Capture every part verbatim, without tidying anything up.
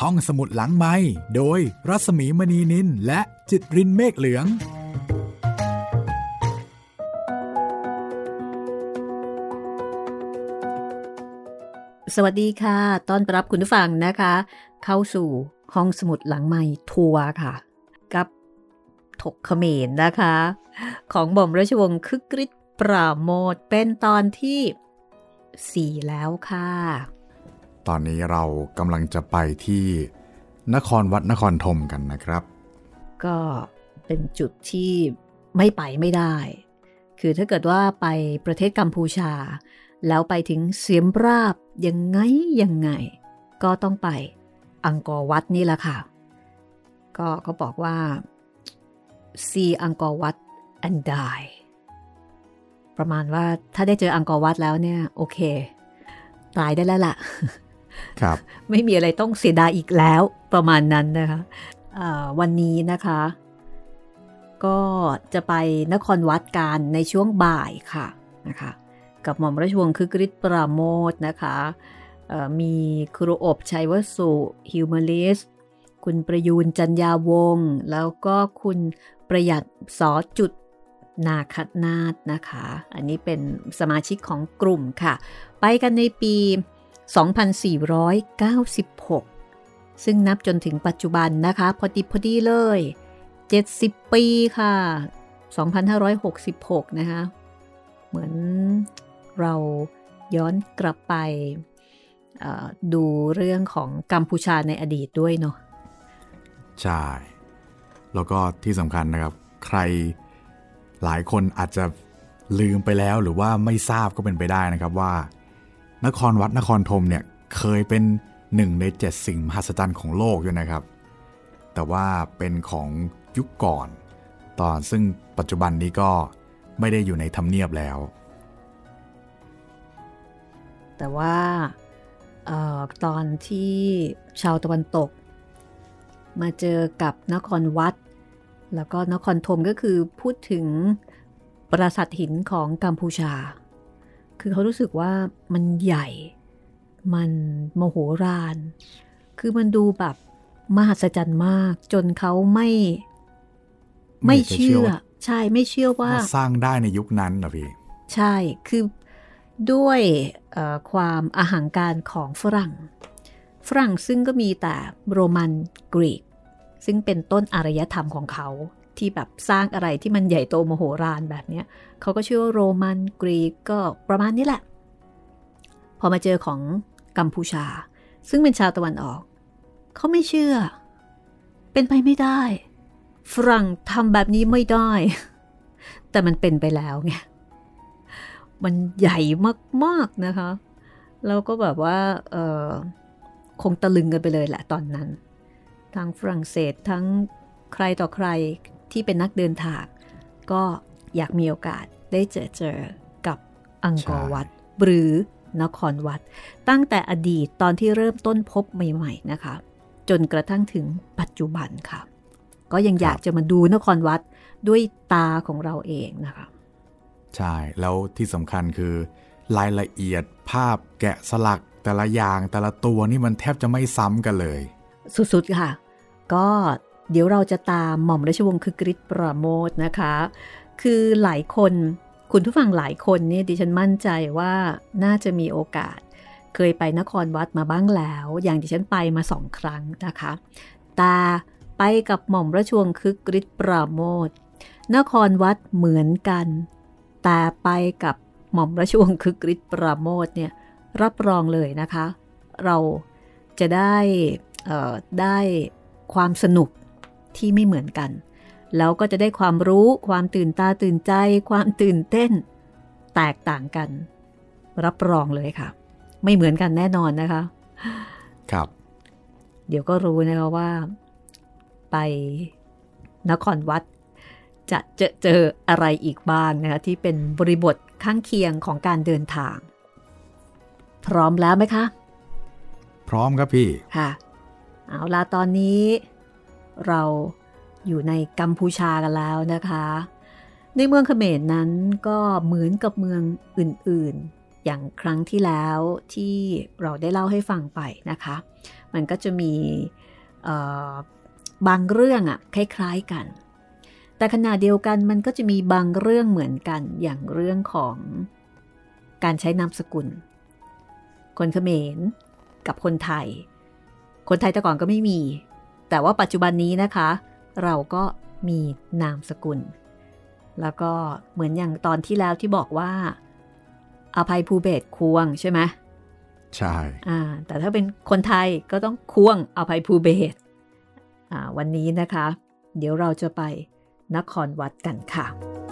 ห้องสมุดหลังไมค์โดยรัศมีมณีนินและจิตรินเมฆเหลืองสวัสดีค่ะต้อนรับคุณผู้ฟังนะคะเข้าสู่ห้องสมุดหลังไมค์ทัวร์ค่ะกับถกเขมรนะคะของหม่อมราชวงศ์คึกฤทธิ์ปราโมทย์เป็นตอนที่สี่แล้วค่ะตอนนี้เรากำลังจะไปที่นครวัดนครธมกันนะครับก็เป็นจุดที่ไม่ไปไม่ได้คือถ้าเกิดว่าไปประเทศกัมพูชาแล้วไปถึงเสียมราบยังไงยังไงก็ต้องไปอังกอร์วัดนี่แหละค่ะก็เขาบอกว่า see อังกอร์วัด and die ประมาณว่าถ้าได้เจออังกอร์วัดแล้วเนี่ยโอเคตายได้แล้วล่ะครับไม่มีอะไรต้องเสียดายอีกแล้วประมาณนั้นนะคะวันนี้นะคะก็จะไปนครวัดกันในช่วงบ่ายค่ะนะคะกับหม่อมราชวงศ์คึกฤทธิ์ปราโมทย์นะคะมีครูอบชัยวสุฮิวมาลิสคุณประยูนจันยาวงศ์แล้วก็คุณประหยัดสอจุดนาคนาถนะคะอันนี้เป็นสมาชิกของกลุ่มค่ะไปกันในปีสองพันสี่ร้อยเก้าสิบหกซึ่งนับจนถึงปัจจุบันนะคะพอดีพอดีเลยเจ็ดสิบปีค่ะสองพันห้าร้อยหกสิบหกนะคะเหมือนเราย้อนกลับไปดูเรื่องของกัมพูชาในอดีตด้วยเนาะใช่แล้วก็ที่สำคัญนะครับใครหลายคนอาจจะลืมไปแล้วหรือว่าไม่ทราบก็เป็นไปได้นะครับว่านครวัดนครธมเนี่ยเคยเป็นหนึ่งในเจ็ดสิ่งมหัศจรรย์ของโลกด้วยนะครับแต่ว่าเป็นของยุคก่อนตอนซึ่งปัจจุบันนี้ก็ไม่ได้อยู่ในทำเนียบแล้วแต่ว่าเอ่อตอนที่ชาวตะวันตกมาเจอกับนครวัดแล้วก็นครธมก็คือพูดถึงปราสาทหินของกัมพูชาคือเขารู้สึกว่ามันใหญ่มันมโหฬารคือมันดูแบบมหัศจรรย์มากจนเขาไม่ไม่เชื่อใช่ไม่เชื่อว่าสร้างได้ในยุคนั้นเหรอพี่ใช่คือด้วยความอหังการของฝรั่งฝรั่งซึ่งก็มีแต่โรมันกรีกซึ่งเป็นต้นอารยธรรมของเขาที่แบบสร้างอะไรที่มันใหญ่โตมโหฬารแบบนี้เขาก็เชื่อว่าโรมันกรีกก็ประมาณนี้แหละพอมาเจอของกัมพูชาซึ่งเป็นชาวตะวันออกเขาไม่เชื่อเป็นไปไม่ได้ฝรั่งทำแบบนี้ไม่ได้แต่มันเป็นไปแล้วไงมันใหญ่มากๆนะคะแล้วก็แบบว่าเออคงตะลึงกันไปเลยแหละตอนนั้นทั้งฝรั่งเศสทั้งใครต่อใครที่เป็นนักเดินทางก็อยากมีโอกาสได้เจอเจอกับอังกอร์วัดหรือนครวัดตั้งแต่อดีตตอนที่เริ่มต้นพบใหม่ๆนะคะจนกระทั่งถึงปัจจุบันค่ะก็ยังอยากจะมาดูนครวัดด้วยตาของเราเองนะคะใช่แล้วที่สำคัญคือรายละเอียดภาพแกะสลักแต่ละอย่างแต่ละตัวนี่มันแทบจะไม่ซ้ำกันเลยสุดๆค่ะก็เดี๋ยวเราจะตามหม่อมราชวงศ์คึกฤทธิ์ปราโมทย์นะคะคือหลายคนคุณผู้ฟังหลายคนเนี่ยดิฉันมั่นใจว่าน่าจะมีโอกาสเคยไปนครวัดมาบ้างแล้วอย่างดิฉันไปมาสองครั้งนะคะแต่ไปกับหม่อมราชวงศ์คึกฤทธิ์ปราโมทย์นครวัดเหมือนกันแต่ไปกับหม่อมราชวงศ์คึกฤทธิ์ปราโมทย์เนี่ยรับรองเลยนะคะเราจะได้เอ่อได้ความสนุกที่ไม่เหมือนกันแล้วก็จะได้ความรู้ความตื่นตาตื่นใจความตื่นเต้นแตกต่างกันรับรองเลยค่ะไม่เหมือนกันแน่นอนนะคะครับเดี๋ยวก็รู้นะคะว่าไปนครวัดจะเจอเจออะไรอีกบ้างนะคะที่เป็นบริบทข้างเคียงของการเดินทางพร้อมแล้วไหมคะพร้อมครับพี่ค่ะเอาล่ะตอนนี้เราอยู่ในกัมพูชากันแล้วนะคะในเมืองเขมรนั้นก็เหมือนกับเมืองอื่นๆอย่างครั้งที่แล้วที่เราได้เล่าให้ฟังไปนะคะมันก็จะมีบางเรื่องอะคล้ายๆกันแต่ขณะเดียวกันมันก็จะมีบางเรื่องเหมือนกันอย่างเรื่องของการใช้นามสกุลคนเขมรกับคนไทยคนไทยแต่ก่อนก็ไม่มีแต่ว่าปัจจุบันนี้นะคะเราก็มีนามสกุลแล้วก็เหมือนอย่างตอนที่แล้วที่บอกว่าอภัยภูเบศรควงใช่ไหมใช่อ่าแต่ถ้าเป็นคนไทยก็ต้องควงอภัยภูเบศรอ่าวันนี้นะคะเดี๋ยวเราจะไปนครวัดกันค่ะ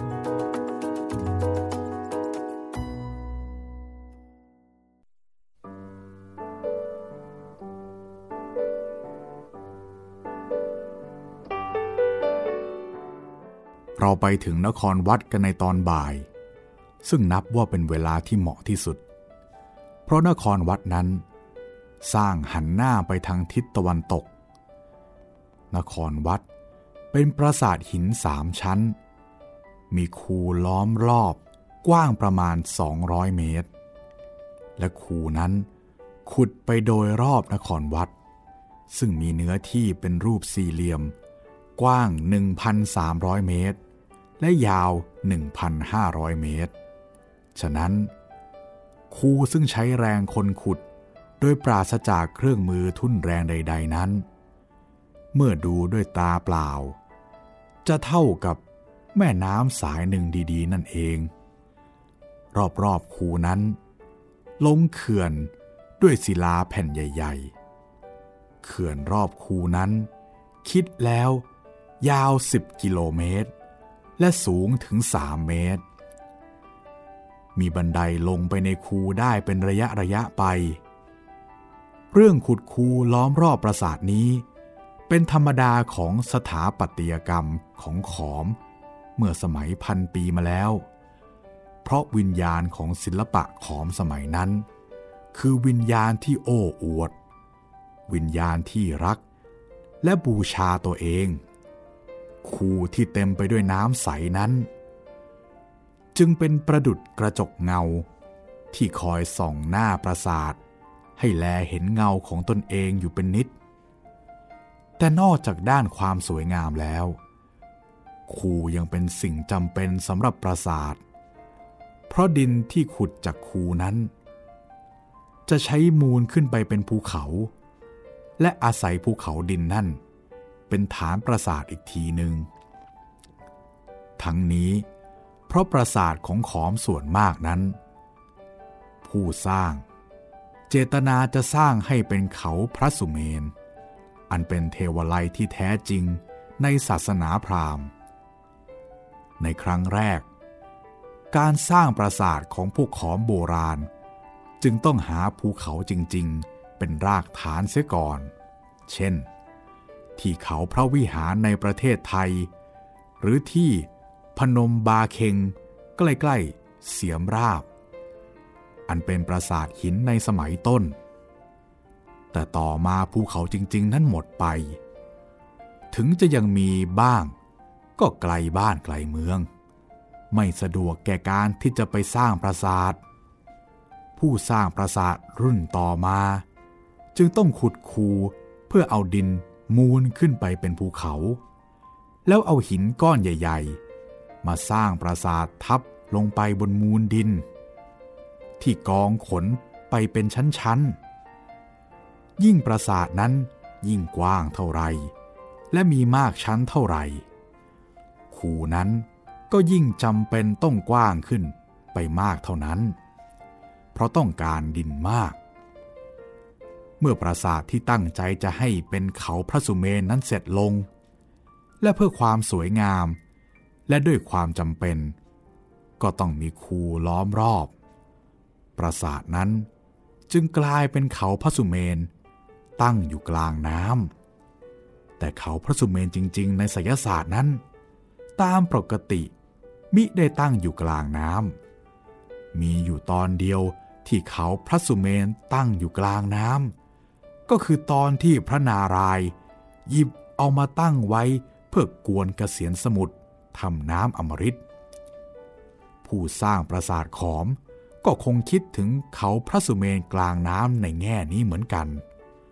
เราไปถึงนครวัดกันในตอนบ่ายซึ่งนับว่าเป็นเวลาที่เหมาะที่สุดเพราะนครวัดนั้นสร้างหันหน้าไปทางทิศตะวันตกนครวัดเป็นปราสาทหินสามชั้นมีคูล้อมรอบกว้างประมาณสองร้อยเมตรและคูนั้นขุดไปโดยรอบนครวัดซึ่งมีเนื้อที่เป็นรูปสี่เหลี่ยมกว้าง หนึ่งพันสามร้อย เมตรและยาว หนึ่งพันห้าร้อย เมตรฉะนั้นคูซึ่งใช้แรงคนขุดโดยปราศจากเครื่องมือทุ่นแรงใดๆนั้นเมื่อดูด้วยตาเปล่าจะเท่ากับแม่น้ำสายหนึ่งดีๆนั่นเองรอบๆคูนั้นลงเขื่อนด้วยศิลาแผ่นใหญ่ๆเขื่อนรอบคูนั้นคิดแล้วยาวสิบกิโลเมตรและสูงถึงสามเมตรมีบันไดลงไปในคูได้เป็นระยะระยะไปเรื่องขุดคูล้อมรอบปราสาทนี้เป็นธรรมดาของสถาปัตยกรรมของขอมเมื่อสมัยพันปีมาแล้วเพราะวิญญาณของศิลปะขอมสมัยนั้นคือวิญญาณที่โอ้อวดวิญญาณที่รักและบูชาตัวเองคูที่เต็มไปด้วยน้ำใสนั้นจึงเป็นประดุจกระจกเงาที่คอยส่องหน้าปราสาทให้แลเห็นเงาของตนเองอยู่เป็นนิดแต่นอกจากด้านความสวยงามแล้วคูยังเป็นสิ่งจำเป็นสำหรับปราสาทเพราะดินที่ขุดจากคูนั้นจะใช้มูลขึ้นไปเป็นภูเขาและอาศัยภูเขาดินนั่นเป็นฐานปราสาทอีกทีหนึ่งทั้งนี้เพราะปราสาทของขอมส่วนมากนั้นผู้สร้างเจตนาจะสร้างให้เป็นเขาพระสุเมนอันเป็นเทวไลยที่แท้จริงในศาสนาพราหมณ์ในครั้งแรกการสร้างปราสาทของพวกขอมโบราณจึงต้องหาภูเขาจริงๆเป็นรากฐานเสียก่อนเช่นที่เขาพระวิหารในประเทศไทยหรือที่พนมบาเค็งใกล้ๆเสียมราบอันเป็นปราสาทหินในสมัยต้นแต่ต่อมาภูเขาจริงๆนั้นหมดไปถึงจะยังมีบ้างก็ไกลบ้านไกลเมืองไม่สะดวกแก่การที่จะไปสร้างปราสาทผู้สร้างปราสาทรุ่นต่อมาจึงต้องขุดคูเพื่อเอาดินมูลขึ้นไปเป็นภูเขาแล้วเอาหินก้อนใหญ่ๆมาสร้างปราสาททับลงไปบนมูลดินที่กองขนไปเป็นชั้นๆยิ่งปราสาทนั้นยิ่งกว้างเท่าไรและมีมากชั้นเท่าไรคูนั้นก็ยิ่งจำเป็นต้องกว้างขึ้นไปมากเท่านั้นเพราะต้องการดินมากเมื่อปราสาทที่ตั้งใจจะให้เป็นเขาพระสุเมนนั้นเสร็จลงและเพื่อความสวยงามและด้วยความจำเป็นก็ต้องมีคูล้อมรอบปราสาทนั้นจึงกลายเป็นเขาพระสุเมนตั้งอยู่กลางน้ำแต่เขาพระสุเมนจริงๆในไสยศาสตร์นั้นตามปกติมิได้ตั้งอยู่กลางน้ำมีอยู่ตอนเดียวที่เขาพระสุเมนตั้งอยู่กลางน้ำก็คือตอนที่พระนารายณ์หยิบเอามาตั้งไว้เพื่อกวนเกษียณสมุทรทำน้ำอมฤตผู้สร้างปราสาทขอมก็คงคิดถึงเขาพระสุเมนกลางน้ำในแง่นี้เหมือนกัน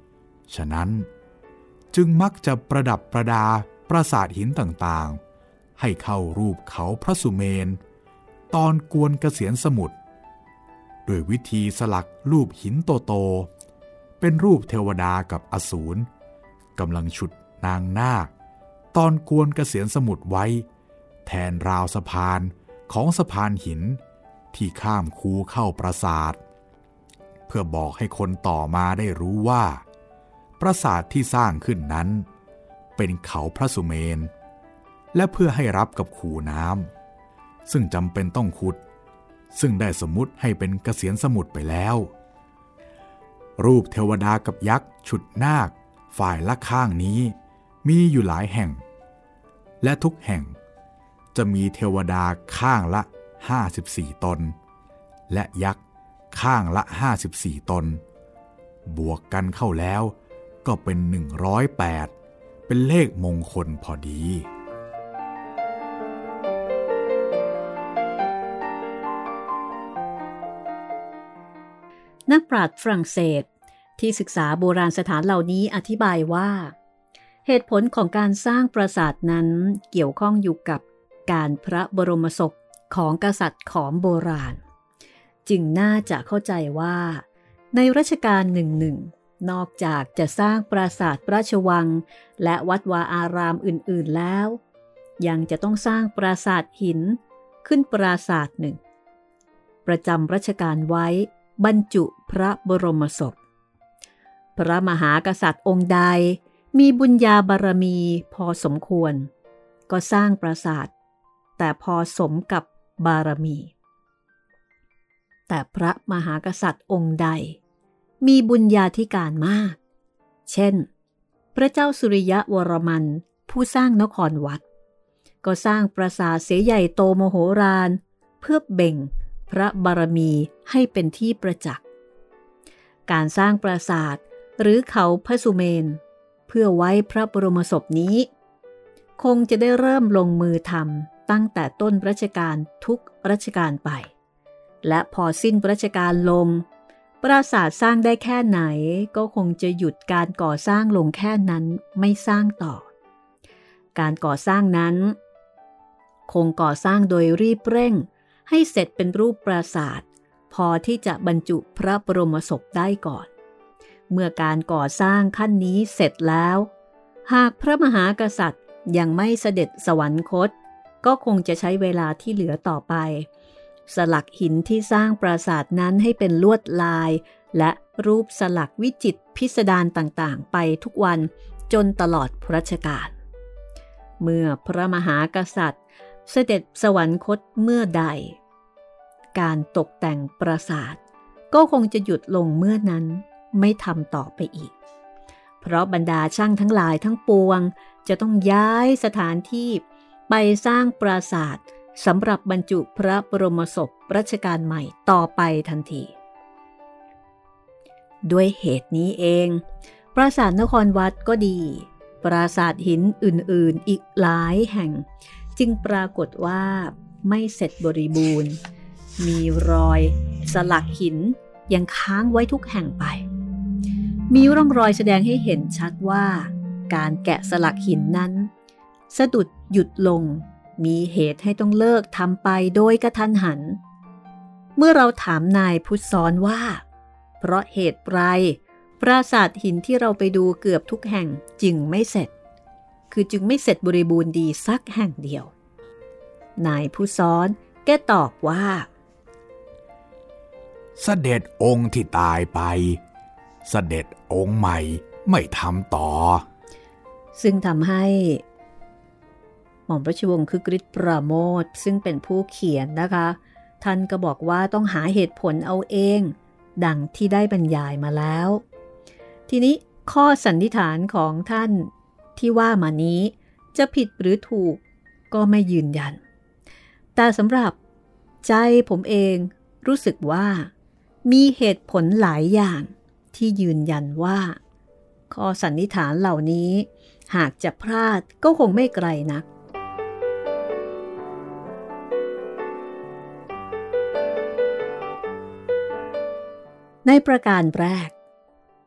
ฉะนั้นจึงมักจะประดับประดาปราสาทหินต่างๆให้เข้ารูปเขาพระสุเมนตอนกวนเกษียณสมุทรด้วยวิธีสลักรูปหินโตๆเป็นรูปเทวดากับอสูรกำลังฉุดนางนาคตอนกวนเกษียณสมุทรไว้แทนราวสะพานของสะพานหินที่ข้ามคูเข้าปราสาทเพื่อบอกให้คนต่อมาได้รู้ว่าปราสาทที่สร้างขึ้นนั้นเป็นเขาพระสุเมนและเพื่อให้รับกับคูน้ำซึ่งจำเป็นต้องขุดซึ่งได้สมมุติให้เป็นเกษียณสมุทรไปแล้วรูปเทวดากับยักษ์ฉุดนาคฝ่ายละข้างนี้มีอยู่หลายแห่งและทุกแห่งจะมีเทวดาข้างละห้าสิบสี่ตนและยักษ์ข้างละห้าสิบสี่ตนบวกกันเข้าแล้วก็เป็นหนึ่งร้อยแปดเป็นเลขมงคลพอดีนักปราชญ์ฝรั่งเศสที่ศึกษาโบราณสถานเหล่านี้อธิบายว่าเหตุผลของการสร้างปราสาทนั้นเกี่ยวข้องอยู่กับการพระบรมศพของกษัตริย์ขอมโบราณจึงน่าจะเข้าใจว่าในรัชกาลหนึ่งหนึ่งนอกจากจะสร้างปราสาทราชวังและวัดวาอารามอื่นๆแล้วยังจะต้องสร้างปราสาทหินขึ้นปราสาทหนึ่งประจำรัชกาลไว้บรรจุพระบรมศพพระมหากษัตริย์องค์ใดมีบุญญาบารมีพอสมควรก็สร้างปราสาทแต่พอสมกับบารมีแต่พระมหากษัตริย์องค์ใดมีบุญญาธิการมากเช่นพระเจ้าสุริยะวรมันผู้สร้างนครวัดก็สร้างปราสาทเสียใหญ่โตมโหฬารเพื่อเบ่งพระบารมีให้เป็นที่ประจักษ์การสร้างปราสาทหรือเขาพระสุเมนเพื่อไว้พระบรมศพนี้คงจะได้เริ่มลงมือทำตั้งแต่ต้นรัชกาลทุกรัชกาลไปและพอสิ้นรัชกาลลงปราสาทสร้างได้แค่ไหนก็คงจะหยุดการก่อสร้างลงแค่นั้นไม่สร้างต่อการก่อสร้างนั้นคงก่อสร้างโดยรีบเร่งให้เสร็จเป็นรูปปราสาทพอที่จะบรรจุพระบรมศพได้ก่อนเมื่อการก่อสร้างขั้นนี้เสร็จแล้วหากพระมหากษัตริย์ยังไม่เสด็จสวรรคตก็คงจะใช้เวลาที่เหลือต่อไปสลักหินที่สร้างปราสาทนั้นให้เป็นลวดลายและรูปสลักวิจิตรพิสดารต่างๆไปทุกวันจนตลอดรัชกาลเมื่อพระมหากษัตริย์เสด็จสวรรคตเมื่อใดการตกแต่งปราสาทก็คงจะหยุดลงเมื่อนั้นไม่ทำต่อไปอีกเพราะบรรดาช่างทั้งหลายทั้งปวงจะต้องย้ายสถานที่ไปสร้างปราสาทสำหรับบรรจุพระบรมศพรัชกาลใหม่ต่อไปทันทีด้วยเหตุนี้เองปราสาทนครวัดก็ดีปราสาทหินอื่นๆอีกหลายแห่งจึงปรากฏว่าไม่เสร็จบริบูรณ์มีรอยสลักหินยังค้างไว้ทุกแห่งไปมีร่องรอยแสดงให้เห็นชัดว่าการแกะสลักหินนั้นสะดุดหยุดลงมีเหตุให้ต้องเลิกทำไปโดยกระทันหันเมื่อเราถามนายพุทธซ้อนว่าเพราะเหตุไรปราสาทหินที่เราไปดูเกือบทุกแห่งจึงไม่เสร็จคือจึงไม่เสร็จบริบูรณ์ดีสักแห่งเดียวนายพุทธซ้อนแกตอบว่าเสด็จองค์ที่ตายไปเสด็จองค์ใหม่ไม่ทำต่อซึ่งทำให้หม่อมราชวงศ์คึกฤทธิ์ปราโมทย์ซึ่งเป็นผู้เขียนนะคะท่านก็บอกว่าต้องหาเหตุผลเอาเองดังที่ได้บรรยายมาแล้วทีนี้ข้อสันนิษฐานของท่านที่ว่ามานี้จะผิดหรือถูกก็ไม่ยืนยันแต่สำหรับใจผมเองรู้สึกว่ามีเหตุผลหลายอย่างที่ยืนยันว่าข้อสันนิษฐานเหล่านี้หากจะพลาดก็คงไม่ไกลนักในประการแรก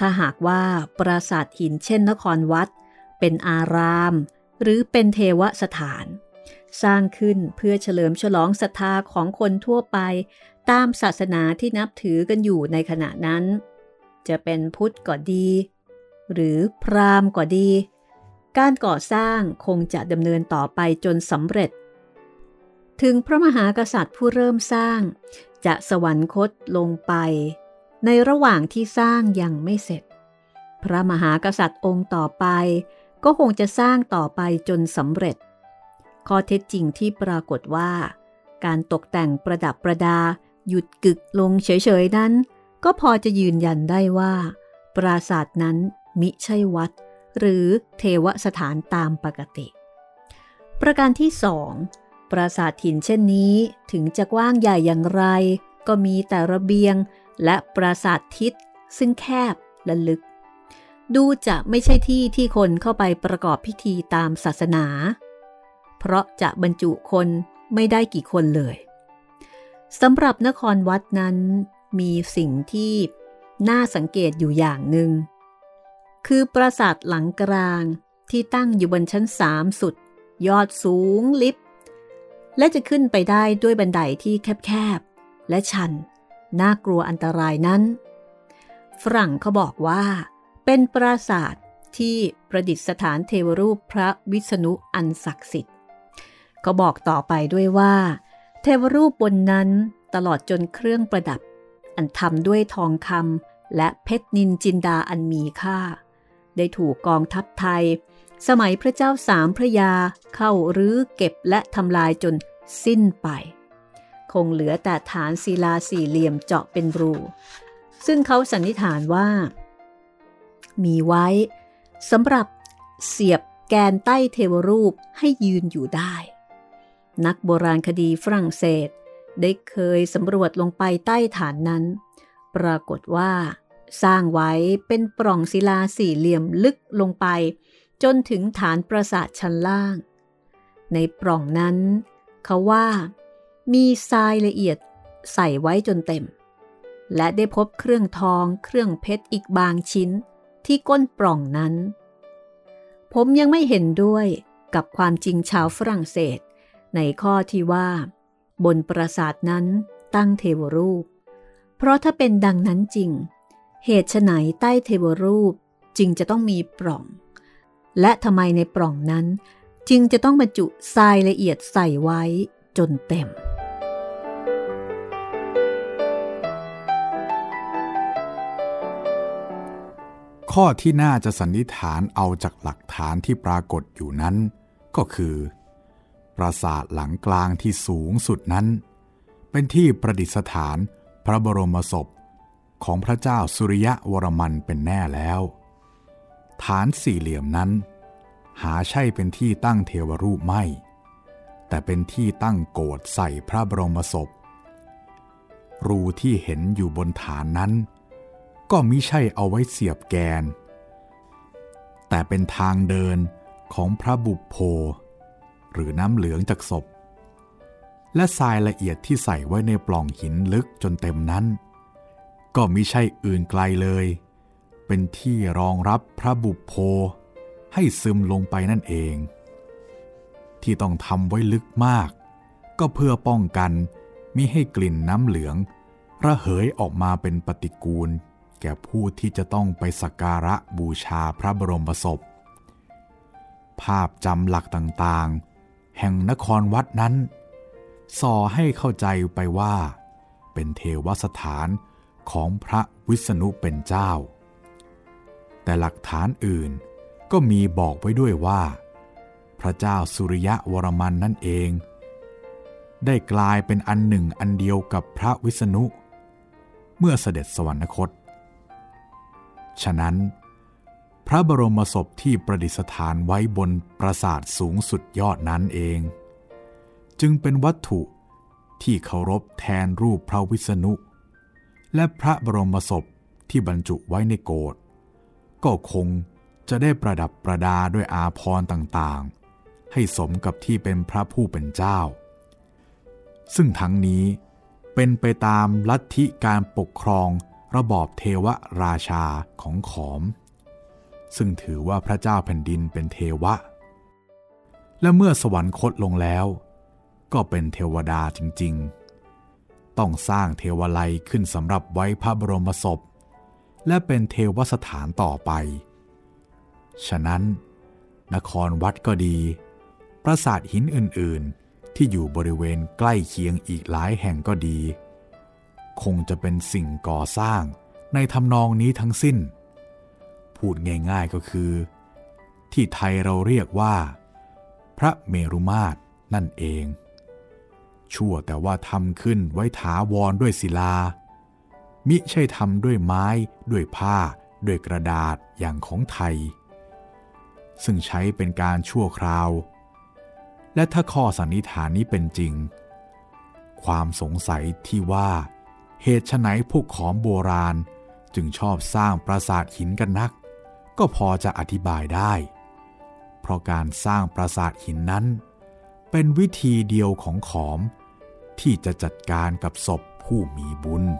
ถ้าหากว่าปราสาทหินเช่นนครวัดเป็นอารามหรือเป็นเทวสถานสร้างขึ้นเพื่อเฉลิมฉลองศรัทธาของคนทั่วไปตามศาสนาที่นับถือกันอยู่ในขณะนั้นจะเป็นพุทธก็ดีหรือพราหมณ์ก็ดีการก่อสร้างคงจะดำเนินต่อไปจนสำเร็จถึงพระมหากษัตริย์ผู้เริ่มสร้างจะสวรรคตลงไปในระหว่างที่สร้างยังไม่เสร็จพระมหากษัตริย์องค์ต่อไปก็คงจะสร้างต่อไปจนสำเร็จข้อเท็จจริงที่ปรากฏว่าการตกแต่งประดับประดาหยุดกึกลงเฉยๆนั้นก็พอจะยืนยันได้ว่าปราสาทนั้นมิใช่วัดหรือเทวสถานตามปกติประการที่สองปราสาทหินเช่นนี้ถึงจะกว้างใหญ่อย่างไรก็มีแต่ระเบียงและปราสาททิศซึ่งแคบและลึกดูจะไม่ใช่ที่ที่คนเข้าไปประกอบพิธีตามศาสนาเพราะจะบรรจุคนไม่ได้กี่คนเลยสำหรับนครวัดนั้นมีสิ่งที่น่าสังเกตอยู่อย่างหนึ่งคือปราสาทหลังกลางที่ตั้งอยู่บนชั้นสามสุดยอดสูงลิบและจะขึ้นไปได้ด้วยบันไดที่แคบๆและชันน่ากลัวอันตรายนั้นฝรั่งเขาบอกว่าเป็นปราสาทที่ประดิษฐานเทวรูปพระวิษณุอันศักดิ์สิทธิ์เขาบอกต่อไปด้วยว่าเทวรูปบนนั้นตลอดจนเครื่องประดับอันทำด้วยทองคำและเพชรนินจินดาอันมีค่าได้ถูกกองทัพไทยสมัยพระเจ้าสามพระยาเข้ารื้อเก็บและทำลายจนสิ้นไปคงเหลือแต่ฐานศิลาสี่เหลี่ยมเจาะเป็นรูซึ่งเขาสันนิษฐานว่ามีไว้สำหรับเสียบแกนใต้เทวรูปให้ยืนอยู่ได้นักโบราณคดีฝรั่งเศสได้เคยสำรวจลงไปใต้ฐานนั้นปรากฏว่าสร้างไว้เป็นปล่องศิลาสี่เหลี่ยมลึกลงไปจนถึงฐานปราสาทชั้นล่างในปล่องนั้นเขาว่ามีทรายละเอียดใส่ไว้จนเต็มและได้พบเครื่องทองเครื่องเพชรอีกบางชิ้นที่ก้นปล่องนั้นผมยังไม่เห็นด้วยกับความจริงชาวฝรั่งเศสในข้อที่ว่าบนปราสาทนั้นตั้งเทวรูปเพราะถ้าเป็นดังนั้นจริงเหตุไฉนใต้เทวรูปจึงจะต้องมีปล่องและทำไมในปล่องนั้นจึงจะต้องบรรจุทรายละเอียดใส่ไว้จนเต็มข้อที่น่าจะสันนิษฐานเอาจากหลักฐานที่ปรากฏอยู่นั้นก็คือปราสาทหลังกลางที่สูงสุดนั้นเป็นที่ประดิษฐานพระบรมศพของพระเจ้าสุริยวรมันเป็นแน่แล้วฐานสี่เหลี่ยมนั้นหาใช่เป็นที่ตั้งเทวรูปไม่แต่เป็นที่ตั้งโกฐใส่พระบรมศพรูที่เห็นอยู่บนฐานนั้นก็มิใช่เอาไว้เสียบแกนแต่เป็นทางเดินของพระบุพโภหรือน้ำเหลืองจากศพและทรายละเอียดที่ใส่ไว้ในปล่องหินลึกจนเต็มนั้นก็มิใช่อื่นไกลเลยเป็นที่รองรับพระบุพโภให้ซึมลงไปนั่นเองที่ต้องทำไว้ลึกมากก็เพื่อป้องกันมิให้กลิ่นน้ำเหลืองระเหยออกมาเป็นปฏิกูลแก่ผู้ที่จะต้องไปสักการะบูชาพระบรมศพภาพจำหลักต่างๆแห่งนครวัดนั้นส่อให้เข้าใจไปว่าเป็นเทวสถานของพระวิษณุเป็นเจ้าแต่หลักฐานอื่นก็มีบอกไว้ด้วยว่าพระเจ้าสุริยวรมันนั่นเองได้กลายเป็นอันหนึ่งอันเดียวกับพระวิษณุเมื่อเสด็จสวรรคตฉะนั้นพระบรมศพที่ประดิษฐานไว้บนปราสาทสูงสุดยอดนั้นเองจึงเป็นวัตถุที่เคารพแทนรูปพระวิษณุและพระบรมศพที่บรรจุไว้ในโกฐก็คงจะได้ประดับประดาด้วยอาภรณ์ต่างๆให้สมกับที่เป็นพระผู้เป็นเจ้าซึ่งทั้งนี้เป็นไปตามลัทธิการปกครองระบอบเทวราชาของขอมซึ่งถือว่าพระเจ้าแผ่นดินเป็นเทวะและเมื่อสวรรคตลงแล้วก็เป็นเทวดาจริงๆต้องสร้างเทวาลัยขึ้นสำหรับไว้พระบรมศพและเป็นเทวสถานต่อไปฉะนั้นนครวัดก็ดีปราสาทหินอื่นๆที่อยู่บริเวณใกล้เคียงอีกหลายแห่งก็ดีคงจะเป็นสิ่งก่อสร้างในทำนองนี้ทั้งสิ้นพูดง่ายๆก็คือที่ไทยเราเรียกว่าพระเมรุมาตรนั่นเองชั่วแต่ว่าทำขึ้นไว้ถาวรด้วยศิลามิใช่ทำด้วยไม้ด้วยผ้าด้วยกระดาษอย่างของไทยซึ่งใช้เป็นการชั่วคราวและถ้าข้อสันนิษฐานนี้เป็นจริงความสงสัยที่ว่าเหตุไฉนพวกขอมโบราณจึงชอบสร้างปราสาทหินกันนักก็พอจะอธิบายได้เพราะการสร้างปราสาทหินนั้นเป็นวิธีเดียวของขอมที่จะจัดการกับศพผู้มีบุญ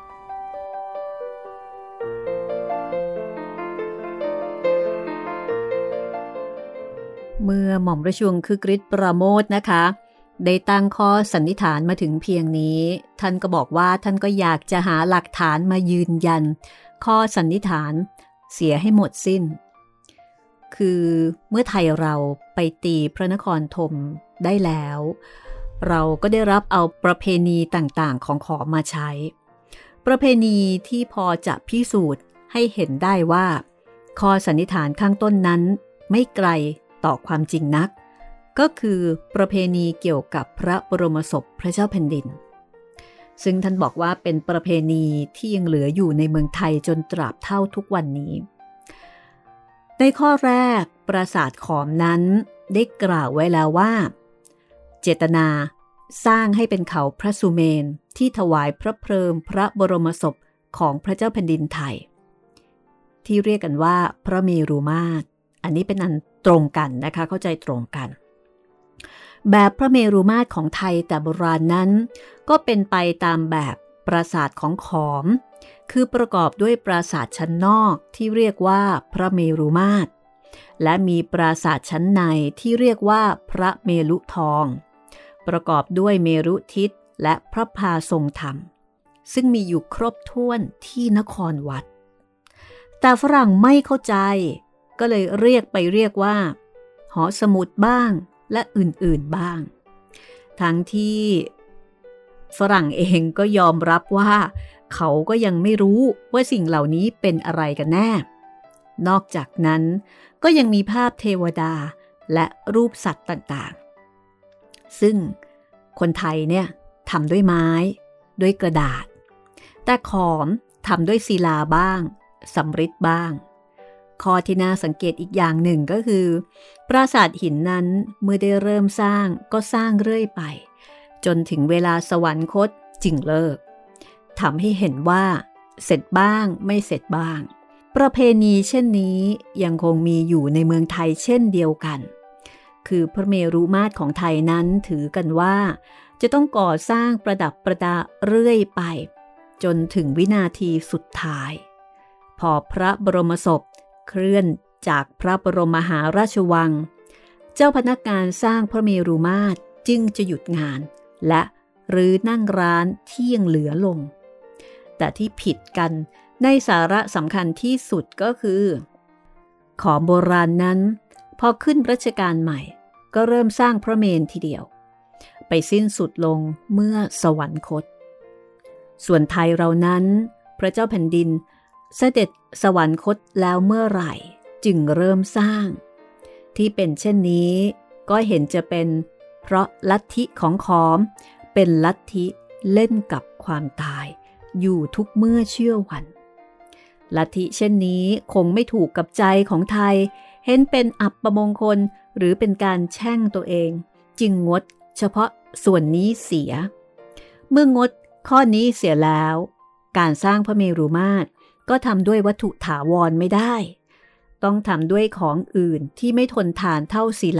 เมื่อหม่อมราชวงศ์คึกฤทธิ์ปราโมทนะคะได้ตั้งข้อสันนิษฐานมาถึงเพียงนี้ท่านก็บอกว่าท่านก็อยากจะหาหลักฐานมายืนยันข้อสันนิษฐานเสียให้หมดสิ้นคือเมื่อไทยเราไปตีพระนครธมได้แล้วเราก็ได้รับเอาประเพณีต่างๆของขอมมาใช้ประเพณีที่พอจะพิสูจน์ให้เห็นได้ว่าข้อสันนิษฐานข้างต้นนั้นไม่ไกลต่อความจริงนักก็คือประเพณีเกี่ยวกับพระบรมศพพระเจ้าแผ่นดินซึ่งท่านบอกว่าเป็นประเพณีที่ยังเหลืออยู่ในเมืองไทยจนตราบเท่าทุกวันนี้ในข้อแรกปราสาทขอมนั้นได้กล่าวไว้แล้วว่าเจตนาสร้างให้เป็นเขาพระสุเมนที่ถวายพระเพลิงพระบรมศพของพระเจ้าแผ่นดินไทยที่เรียกกันว่าพระเมรุมาตรอันนี้เป็นอันตรงกันนะคะเข้าใจตรงกันแบบพระเมรุมาตรของไทยแต่โบราณนั้นก็เป็นไปตามแบบปราสาทของขอมคือประกอบด้วยปราสาทชั้นนอกที่เรียกว่าพระเมรุมาตรและมีปราสาทชั้นในที่เรียกว่าพระเมรุทองประกอบด้วยเมรุทิศและพระพาทรงธรรมซึ่งมีอยู่ครบถ้วนที่นครวัดแต่ฝรั่งไม่เข้าใจก็เลยเรียกไปเรียกว่าหอสมุดบ้างและอื่นๆบ้างทั้งที่ฝรั่งเองก็ยอมรับว่าเขาก็ยังไม่รู้ว่าสิ่งเหล่านี้เป็นอะไรกันแน่นอกจากนั้นก็ยังมีภาพเทวดาและรูปสัตว์ต่างๆซึ่งคนไทยเนี่ยทำด้วยไม้ด้วยกระดาษแต่ขอมทำด้วยศิลาบ้างสำริดบ้างข้อที่น่าสังเกตอีกอย่างหนึ่งก็คือปราสาทหินนั้นเมื่อได้เริ่มสร้างก็สร้างเรื่อยไปจนถึงเวลาสวรรคตจึงเลิกทำให้เห็นว่าเสร็จบ้างไม่เสร็จบ้างประเพณีเช่นนี้ยังคงมีอยู่ในเมืองไทยเช่นเดียวกันคือพระเมรุมาตรของไทยนั้นถือกันว่าจะต้องก่อสร้างประดับประดาเรื่อยไปจนถึงวินาทีสุดท้ายพอพระบรมศพเคลื่อนจากพระบรมมหาราชวังเจ้าพนักงานสร้างพระเมรุมาตรจึงจะหยุดงานและรื้อนั่งร้านที่ยังเหลือลงแต่ที่ผิดกันในสาระสำคัญที่สุดก็คือของโบราณนั้นพอขึ้นรัชกาลใหม่ก็เริ่มสร้างพระเมรุทีเดียวไปสิ้นสุดลงเมื่อสวรรคตส่วนไทยเรานั้นพระเจ้าแผ่นดินเสด็จสวรรคตแล้วเมื่อไหร่จึงเริ่มสร้างที่เป็นเช่นนี้ก็เห็นจะเป็นเพราะลัทธิของขอมเป็นลัทธิเล่นกับความตายอยู่ทุกเมื่อเชื่อวันลัทธิเช่นนี้คงไม่ถูกกับใจของไทยเห็นเป็นอัปมงคลหรือเป็นการแช่งตัวเองจึงงดเฉพาะส่วนนี้เสียเมื่องดข้อนี้เสียแล้วการสร้างพระเมรุมาตรก็ทำด้วยวัตถุถาวรไม่ได้ต้องทำด้วยของอื่นที่ไม่ทนทานเท่าศิ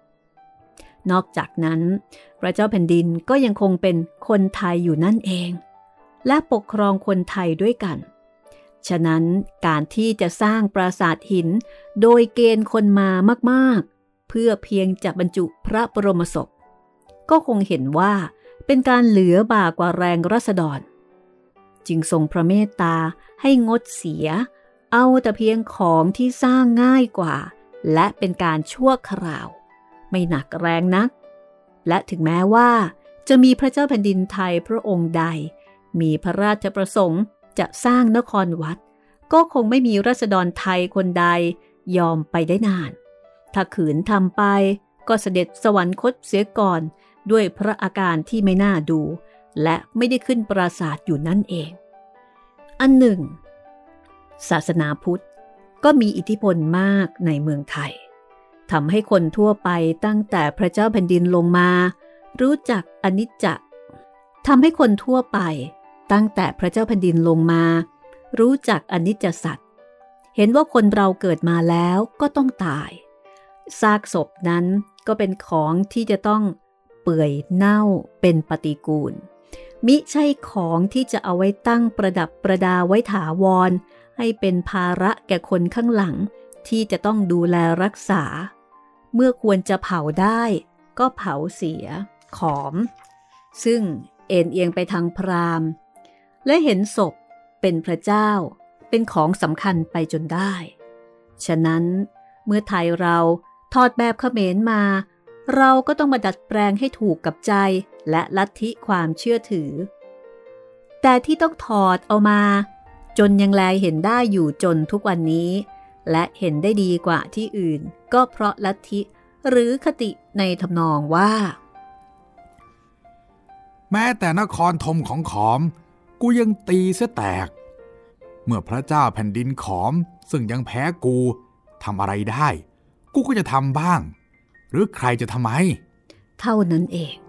ลานอกจากนั้นพระเจ้าแผ่นดินก็ยังคงเป็นคนไทยอยู่นั่นเองและปกครองคนไทยด้วยกันฉะนั้นการที่จะสร้างปราสาทหินโดยเกณฑ์คนมามากๆเพื่อเพียงจะบรรจุพระบรมศพก็คงเห็นว่าเป็นการเหลือบ่ากว่าแรงราษฎรจึงทรงพระเมตตาให้งดเสียเอาแต่เพียงของที่สร้างง่ายกว่าและเป็นการชั่วคราวไม่หนักแรงนักและถึงแม้ว่าจะมีพระเจ้าแผ่นดินไทยพระองค์ใดมีพระราชประสงค์จะสร้างนครวัดก็คงไม่มีราษฎรไทยคนใดยอมไปได้นานถ้าขืนทำไปก็เสด็จสวรรคตเสียก่อนด้วยพระอาการที่ไม่น่าดูและไม่ได้ขึ้นปราสาทอยู่นั่นเองอันหนึ่งศาสนาพุทธก็มีอิทธิพลมากในเมืองไทยทำให้คนทั่วไปตั้งแต่พระเจ้าแผ่นดินลงมารู้จักอนิจจทำให้คนทั่วไปตั้งแต่พระเจ้าแผ่นดินลงมารู้จักอนิจจสัจเห็นว่าคนเราเกิดมาแล้วก็ต้องตายซากศพนั้นก็เป็นของที่จะต้องเปื่อยเน่าเป็นปฏิกูลมิใช่ของที่จะเอาไว้ตั้งประดับประดาไว้ถาวรให้เป็นภาระแก่คนข้างหลังที่จะต้องดูแลรักษาเมื่อควรจะเผาได้ก็เผาเสียขอมซึ่งเอ็นเอียงไปทางพราหมณ์และเห็นศพเป็นพระเจ้าเป็นของสำคัญไปจนได้ฉะนั้นเมื่อไทยเราทอดแบบเขมรมาเราก็ต้องมาดัดแปลงให้ถูกกับใจและลัทธิความเชื่อถือแต่ที่ต้องถอดเอามาจนยังแลเห็นได้อยู่จนทุกวันนี้และเห็นได้ดีกว่าที่อื่นก็เพราะลัทธิหรือคติในทำนองว่าแม้แต่นครธมของขอมกูยังตีเสียแตกเมื่อพระเจ้าแผ่นดินขอมซึ่งยังแพ้กูทำอะไรได้กูก็จะทำบ้างหรือใครจะทำไมเท่านั้นเอง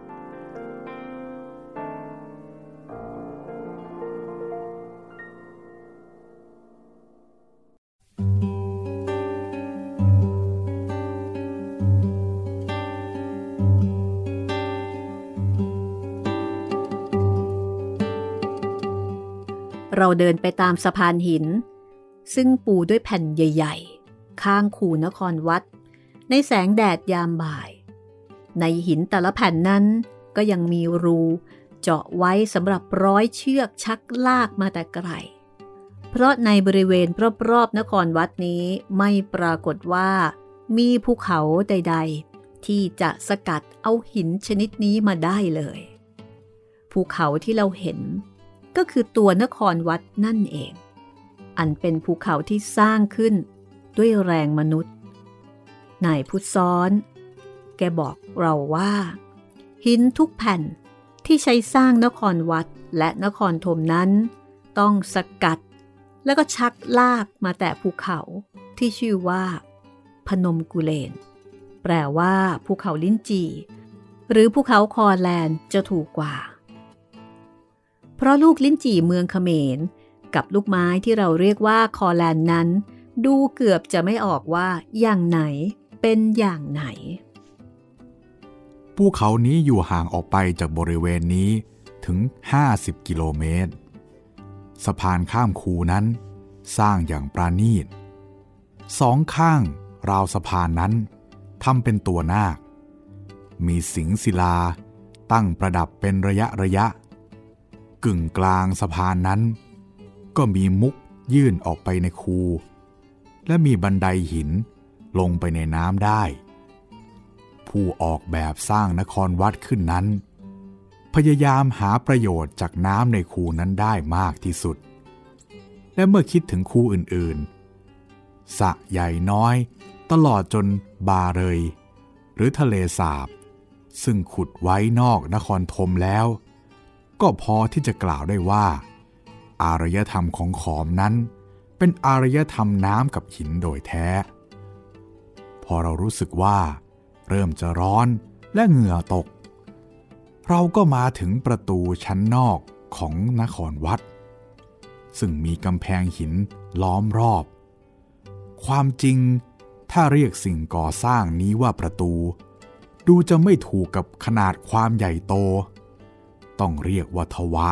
เราเดินไปตามสะพานหินซึ่งปูด้วยแผ่นใหญ่ๆข้างคูนครวัดในแสงแดดยามบ่ายในหินแต่ละแผ่นนั้นก็ยังมีรูเจาะไว้สำหรับร้อยเชือกชักลากมาแต่ไกลเพราะในบริเวณรอบๆนครวัดนี้ไม่ปรากฏว่ามีภูเขาใดๆที่จะสกัดเอาหินชนิดนี้มาได้เลยภูเขาที่เราเห็นก็คือตัวนครวัดนั่นเองอันเป็นภูเขาที่สร้างขึ้นด้วยแรงมนุษย์นายพุทธซ้อนแกบอกเราว่าหินทุกแผ่นที่ใช้สร้างนครวัดและนครธมนั้นต้องสกัดแล้วก็ชักลากมาแต่ภูเขาที่ชื่อว่าพนมกุเลนแปลว่าภูเขาลิ้นจี่หรือภูเขาคอแลนจะถูกกว่าเพราะลูกลิ้นจี่เมืองเขมรกับลูกไม้ที่เราเรียกว่าคอแลนนั้นดูเกือบจะไม่ออกว่าอย่างไหนเป็นอย่างไหนภูเขานี้อยู่ห่างออกไปจากบริเวณนี้ถึงห้าสิบกิโลเมตรสะพานข้ามคูนั้นสร้างอย่างปราณีตสองข้างราวสะพานนั้นทำเป็นตัวนาคมีสิงห์ศิลาตั้งประดับเป็นระยะระยะกึ่งกลางสะพานนั้นก็มีมุกยื่นออกไปในคูและมีบันไดหินลงไปในน้ำได้ผู้ออกแบบสร้างนครวัดขึ้นนั้นพยายามหาประโยชน์จากน้ำในคูนั้นได้มากที่สุดและเมื่อคิดถึงคูอื่นๆสระใหญ่น้อยตลอดจนบาเรยหรือทะเลสาบซึ่งขุดไว้นอกนครธมแล้วก็พอที่จะกล่าวได้ว่าอารยธรรมของขอมนั้นเป็นอารยธรรมน้ำกับหินโดยแท้พอเรารู้สึกว่าเริ่มจะร้อนและเหงื่อตกเราก็มาถึงประตูชั้นนอกของนครวัดซึ่งมีกำแพงหินล้อมรอบความจริงถ้าเรียกสิ่งก่อสร้างนี้ว่าประตูดูจะไม่ถูกกับขนาดความใหญ่โตต้องเรียกว่าทวาร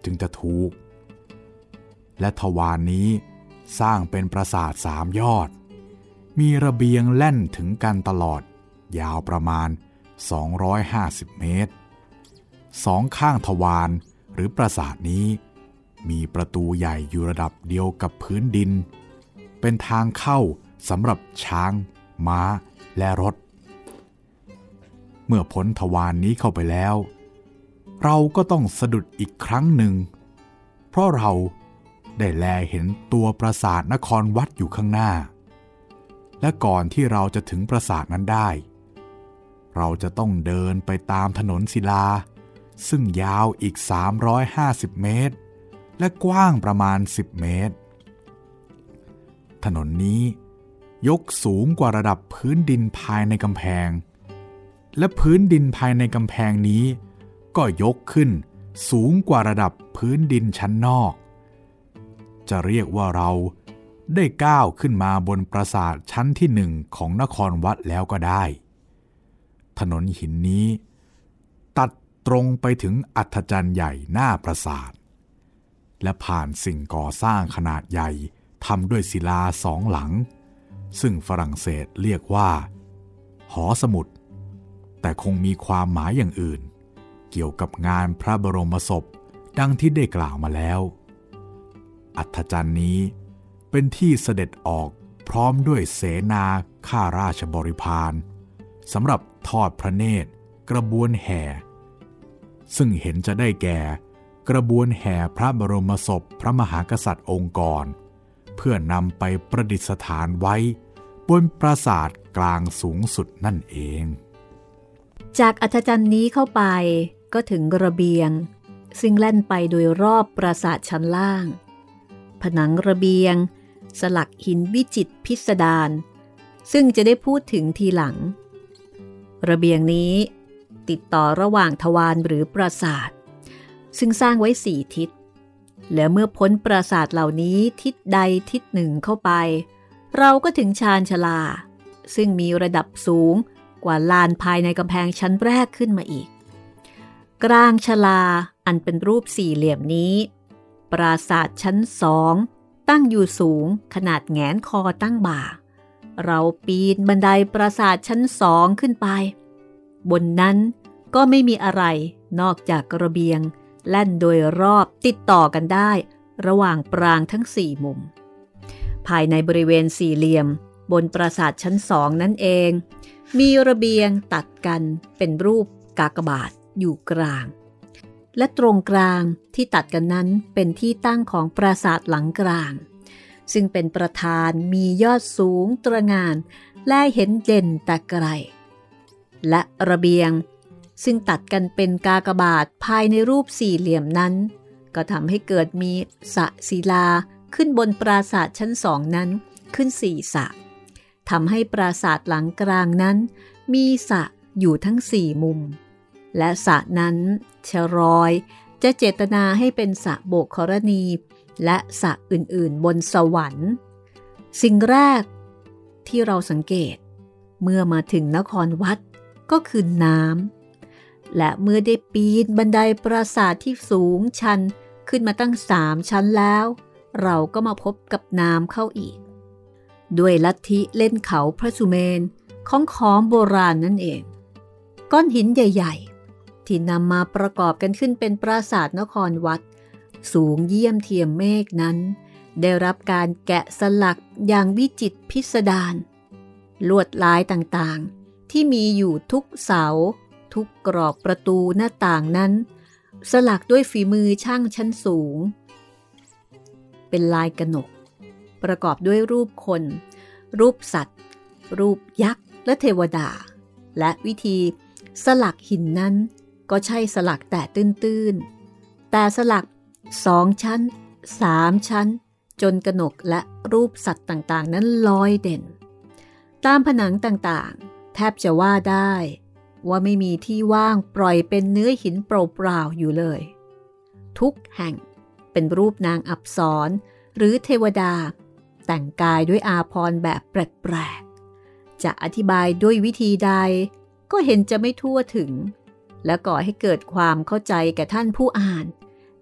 จึงจะถูกและทวารนี้สร้างเป็นปราสาทสามยอดมีระเบียงแล่นถึงกันตลอดยาวประมาณสองร้อยห้าสิบเมตรสองข้างทวารหรือปราสาทนี้มีประตูใหญ่อยู่ระดับเดียวกับพื้นดินเป็นทางเข้าสำหรับช้างม้าและรถเมื่อพ้นทวารนี้เข้าไปแล้วเราก็ต้องสะดุดอีกครั้งหนึ่งเพราะเราได้แลเห็นตัวปราสาทนครวัดอยู่ข้างหน้าและก่อนที่เราจะถึงปราสาทนั้นได้เราจะต้องเดินไปตามถนนศิลาซึ่งยาวอีกสามร้อยห้าสิบเมตรและกว้างประมาณสิบเมตรถนนนี้ยกสูงกว่าระดับพื้นดินภายในกำแพงและพื้นดินภายในกำแพงนี้ก็ยกขึ้นสูงกว่าระดับพื้นดินชั้นนอกจะเรียกว่าเราได้ก้าวขึ้นมาบนปราสาทชั้นที่หนึ่งของนครวัดแล้วก็ได้ถนนหินนี้ตัดตรงไปถึงอัฐจันทร์ใหญ่หน้าปราสาทและผ่านสิ่งก่อสร้างขนาดใหญ่ทำด้วยศิลาสองหลังซึ่งฝรั่งเศสเรียกว่าหอสมุดแต่คงมีความหมายอย่างอื่นเกี่ยวกับงานพระบรมศพดังที่ได้กล่าวมาแล้วอัฐจันทร์นี้เป็นที่เสด็จออกพร้อมด้วยเสนาข้าราชบริพารสำหรับทอดพระเนตรกระบวนแห่ซึ่งเห็นจะได้แก่กระบวนแห่พระบรมศพพระมหากษัตริย์องค์กรเพื่อนำไปประดิษฐานไว้บนปราสาทกลางสูงสุดนั่นเองจากอัฐจันทร์นี้เข้าไปก็ถึงระเบียงซึ่งแล่นไปโดยรอบปราสาทชั้นล่างผนังระเบียงสลักหินวิจิตรพิสดารซึ่งจะได้พูดถึงทีหลังระเบียงนี้ติดต่อระหว่างทวารหรือปราสาทซึ่งสร้างไว้สี่ทิศและเมื่อพ้นปราสาทเหล่านี้ทิศใดทิศหนึ่งเข้าไปเราก็ถึงชานชาลาซึ่งมีระดับสูงกว่าลานภายในกำแพงชั้นแรกขึ้นมาอีกกลางชาลาอันเป็นรูปสี่เหลี่ยมนี้ปราสาทชั้นสองตั้งอยู่สูงขนาดแหงนคอตั้งบ่าเราปีนบันไดปราสาทชั้นสองขึ้นไปบนนั้นก็ไม่มีอะไรนอกจากระเบียงแล่นโดยรอบติดต่อกันได้ระหว่างปรางทั้งสี่มุมภายในบริเวณสี่เหลี่ยมบนปราสาทชั้นสองนั่นเองมีระเบียงตัดกันเป็นรูปกากบาทอยู่กลางและตรงกลางที่ตัดกันนั้นเป็นที่ตั้งของปราสาทหลังกลางซึ่งเป็นประธานมียอดสูงตระหง่านและเห็นเด่นแต่ไกลและระเบียงซึ่งตัดกันเป็นกากบาทภายในรูปสี่เหลี่ยมนั้นก็ทำให้เกิดมีสระศิลาขึ้นบนปราสาทชั้นสองนั้นขึ้นสี่สระทำให้ปราสาทหลังกลางนั้นมีสระอยู่ทั้งสี่มุมและสระนั้นชรอยจะเจตนาให้เป็นสระโบกขรณีและสระอื่นๆบนสวรรค์สิ่งแรกที่เราสังเกตเมื่อมาถึงนครวัดก็คือน้ำและเมื่อได้ปีนบันไดปราสาทที่สูงชันขึ้นมาตั้งสามชั้นแล้วเราก็มาพบกับน้ำเข้าอีกด้วยลัทธิเล่นเขาพระสุเมนของของโบราณนั่นเองก้อนหินใหญ่ๆที่นำมาประกอบกันขึ้นเป็นปราสาทนครวัดสูงเยี่ยมเทียมเมฆนั้นได้รับการแกะสลักอย่างวิจิตรพิสดารลวดลายต่างๆที่มีอยู่ทุกเสาทุกกรอบประตูหน้าต่างนั้นสลักด้วยฝีมือช่างชั้นสูงเป็นลายกนกประกอบด้วยรูปคนรูปสัตว์รูปยักษ์และเทวดาและวิธีสลักหินนั้นก็ใช่สลักแต่ตื้นๆแต่สลักสองชั้นสามชั้นจนกนกและรูปสัตว์ต่างๆนั้นลอยเด่นตามผนังต่างๆแทบจะว่าได้ว่าไม่มีที่ว่างปล่อยเป็นเนื้อหินเปล่าๆอยู่เลยทุกแห่งเป็นรูปนางอัปสรหรือเทวดาแต่งกายด้วยอาภรณ์แบบแปลกๆจะอธิบายด้วยวิธีใดก็เห็นจะไม่ทั่วถึงและก่อให้เกิดความเข้าใจแก่ท่านผู้อ่าน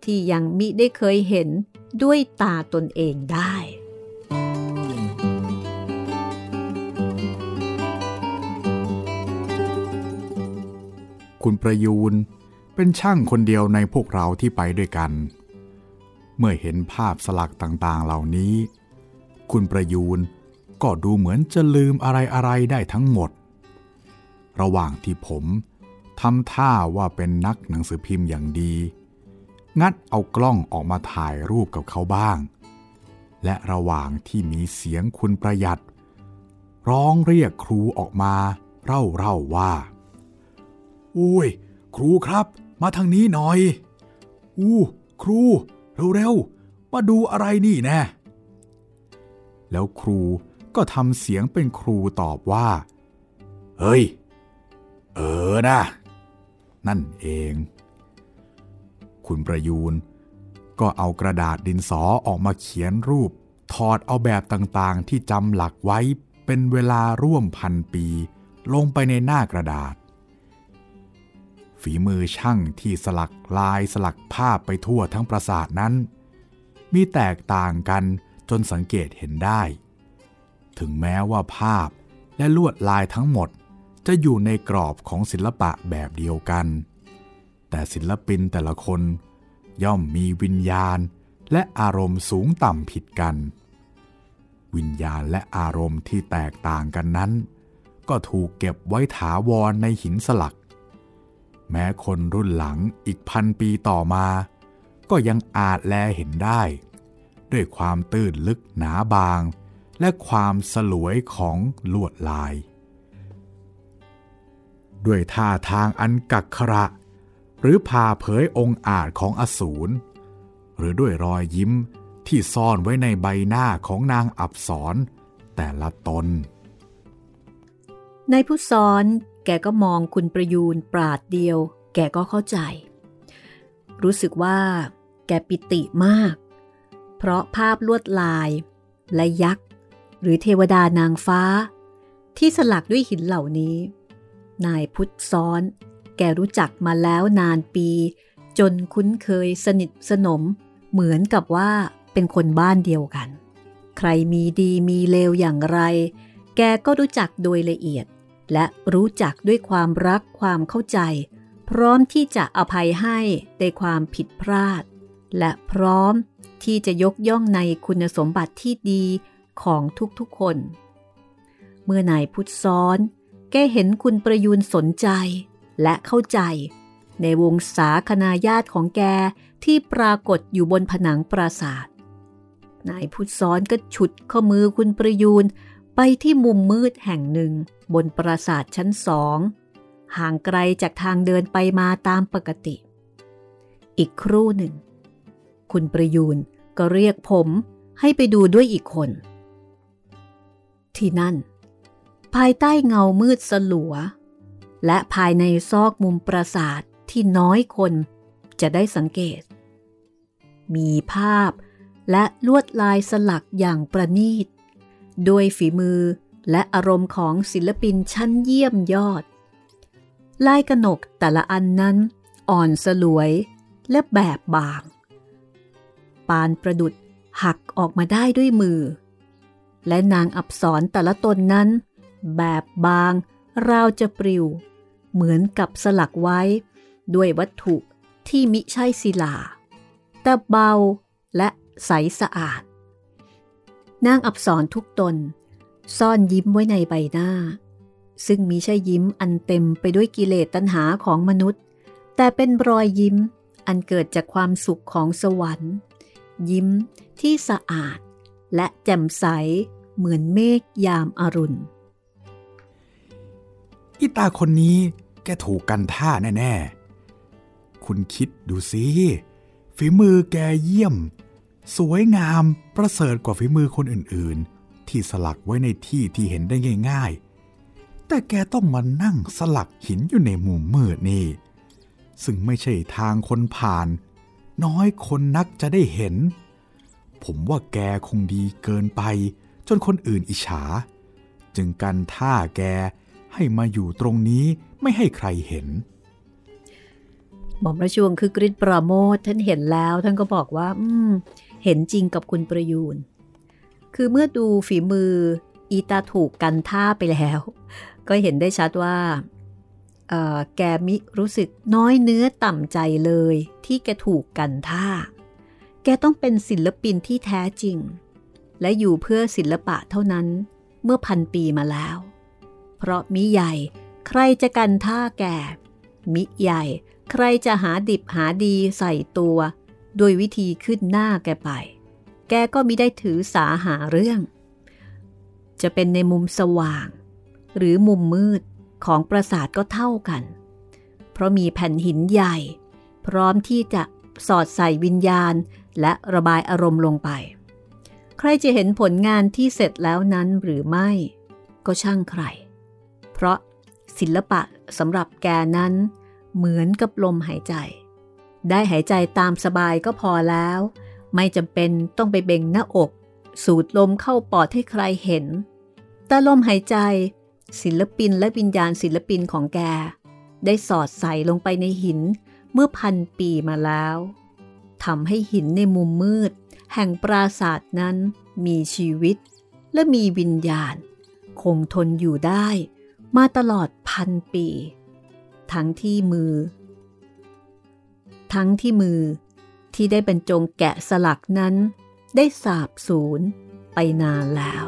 ที่ยังมิได้เคยเห็นด้วยตาตนเองได้คุณประยูนเป็นช่างคนเดียวในพวกเราที่ไปด้วยกันเมื่อเห็นภาพสลักต่างๆเหล่านี้คุณประยูนก็ดูเหมือนจะลืมอะไรๆได้ทั้งหมดระหว่างที่ผมทำท่าว่าเป็นนักหนังสือพิมพ์อย่างดีงัดเอากล้องออกมาถ่ายรูปกับเขาบ้างและระหว่างที่มีเสียงคุณประหยัดร้องเรียกครูออกมาเร่าๆว่าอุ้ยครูครับมาทางนี้หน่อยอู้ครูเร็วๆมาดูอะไรนี่แน่แล้วครูก็ทำเสียงเป็นครูตอบว่าเฮ้ยเออนะนั่นเองคุณประยูนก็เอากระดาษดินสอออกมาเขียนรูปถอดเอาแบบต่างๆที่จำหลักไว้เป็นเวลาร่วมพันปีลงไปในหน้ากระดาษฝีมือช่างที่สลักลายสลักภาพไปทั่วทั้งปราสาทนั้นมีแตกต่างกันจนสังเกตเห็นได้ถึงแม้ว่าภาพและลวดลายทั้งหมดจะอยู่ในกรอบของศิลปะแบบเดียวกันแต่ศิลปินแต่ละคนย่อมมีวิญญาณและอารมณ์สูงต่ำผิดกันวิญญาณและอารมณ์ที่แตกต่างกันนั้นก็ถูกเก็บไว้ถาวรในหินสลักแม้คนรุ่นหลังอีกพันปีต่อมาก็ยังอาจแลเห็นได้ด้วยความตื้นลึกหนาบางและความสลวยของลวดลายด้วยท่าทางอันกักขระหรือพาเผยองค์อาจของอสูรหรือด้วยรอยยิ้มที่ซ่อนไว้ในใบหน้าของนางอับสรแต่ละตนนายผู้สอนแกก็มองคุณประยูนปราดเดียวแกก็เข้าใจรู้สึกว่าแกปิติมากเพราะภาพลวดลายและยักษ์หรือเทวดานางฟ้าที่สลักด้วยหินเหล่านี้นายพุทธซ้อนแกรู้จักมาแล้วนานปีจนคุ้นเคยสนิทสนมเหมือนกับว่าเป็นคนบ้านเดียวกันใครมีดีมีเลวอย่างไรแกก็รู้จักโดยละเอียดและรู้จักด้วยความรักความเข้าใจพร้อมที่จะอภัยให้ในความผิดพลาดและพร้อมที่จะยกย่องในคุณสมบัติที่ดีของทุกๆคนเมื่อนายพุทธซ้อนแกเห็นคุณประยูนสนใจและเข้าใจในวงศาคณาญาติของแกที่ปรากฏอยู่บนผนังปราสาทนายพุทธซ้อนก็ฉุดข้อมือคุณประยูนไปที่มุมมืดแห่งหนึ่งบนปราสาทชั้นสองห่างไกลจากทางเดินไปมาตามปกติอีกครู่หนึ่งคุณประยูนก็เรียกผมให้ไปดูด้วยอีกคนที่นั่นภายใต้เงามืดสลัวและภายในซอกมุมปราสาทที่น้อยคนจะได้สังเกตมีภาพและลวดลายสลักอย่างประณีตด้วยฝีมือและอารมณ์ของศิลปินชั้นเยี่ยมยอดลายกนกแต่ละอันนั้นอ่อนสลวยและแบบบางปานประดุจหักออกมาได้ด้วยมือและนางอับสรแต่ละตนนั้นแบบบางราวจะปลิวเหมือนกับสลักไว้ด้วยวัตถุที่มิใช่ศิลาแต่เบาและใสสะอาดนางอับสรทุกตนซ่อนยิ้มไว้ในใบหน้าซึ่งมิใช่ยิ้มอันเต็มไปด้วยกิเลสตัณหาของมนุษย์แต่เป็นรอยยิ้มอันเกิดจากความสุขของสวรรค์ยิ้มที่สะอาดและแจ่มใสเหมือนเมฆยามอรุณอีตาคนนี้แกถูกกันท่าแน่ๆคุณคิดดูสิฝีมือแกเยี่ยมสวยงามประเสริฐกว่าฝีมือคนอื่นๆที่สลักไว้ในที่ที่เห็นได้ง่ายๆแต่แกต้องมานั่งสลักหินอยู่ในมุมมืดนี่ซึ่งไม่ใช่ทางคนผ่านน้อยคนนักจะได้เห็นผมว่าแกคงดีเกินไปจนคนอื่นอิจฉาจึงกันท่าแกให้มาอยู่ตรงนี้ไม่ให้ใครเห็นหม่อมราชวงศ์คือกฤษปราโมทท่านเห็นแล้วท่านก็บอกว่าอืมเห็นจริงกับคุณประยูรคือเมื่อดูฝีมืออีตาถูกกันท่าไปแล้วก็เห็นได้ชัดว่าเอ่อแกมิรู้สึกน้อยเนื้อต่ำใจเลยที่แกถูกกันท่าแกต้องเป็นศิลปินที่แท้จริงและอยู่เพื่อศิลปะเท่านั้นเมื่อพันปีมาแล้วเพราะมิใหญ่ใครจะกันท่าแกมิใหญ่ใครจะหาดิบหาดีใส่ตัวโดยวิธีขึ้นหน้าแกไปแกก็มิได้ถือสาหาเรื่องจะเป็นในมุมสว่างหรือมุมมืดของปราสาทก็เท่ากันเพราะมีแผ่นหินใหญ่พร้อมที่จะสอดใส่วิญญาณและระบายอารมณ์ลงไปใครจะเห็นผลงานที่เสร็จแล้วนั้นหรือไม่ก็ช่างใครเพราะศิลปะสำหรับแกนั้นเหมือนกับลมหายใจได้หายใจตามสบายก็พอแล้วไม่จำเป็นต้องไปเบ่งหน้าอกสูดลมเข้าปอดให้ใครเห็นแต่ลมหายใจศิลปินและวิญญาณศิลปินของแกได้สอดใส่ลงไปในหินเมื่อพันปีมาแล้วทำให้หินในมุมมืดแห่งปราสาทนั้นมีชีวิตและมีวิญญาณคงทนอยู่ได้มาตลอดพันปีทั้งที่มือทั้งที่มือที่ได้บรรจงแกะสลักนั้นได้สาบสูญไปนานแล้ว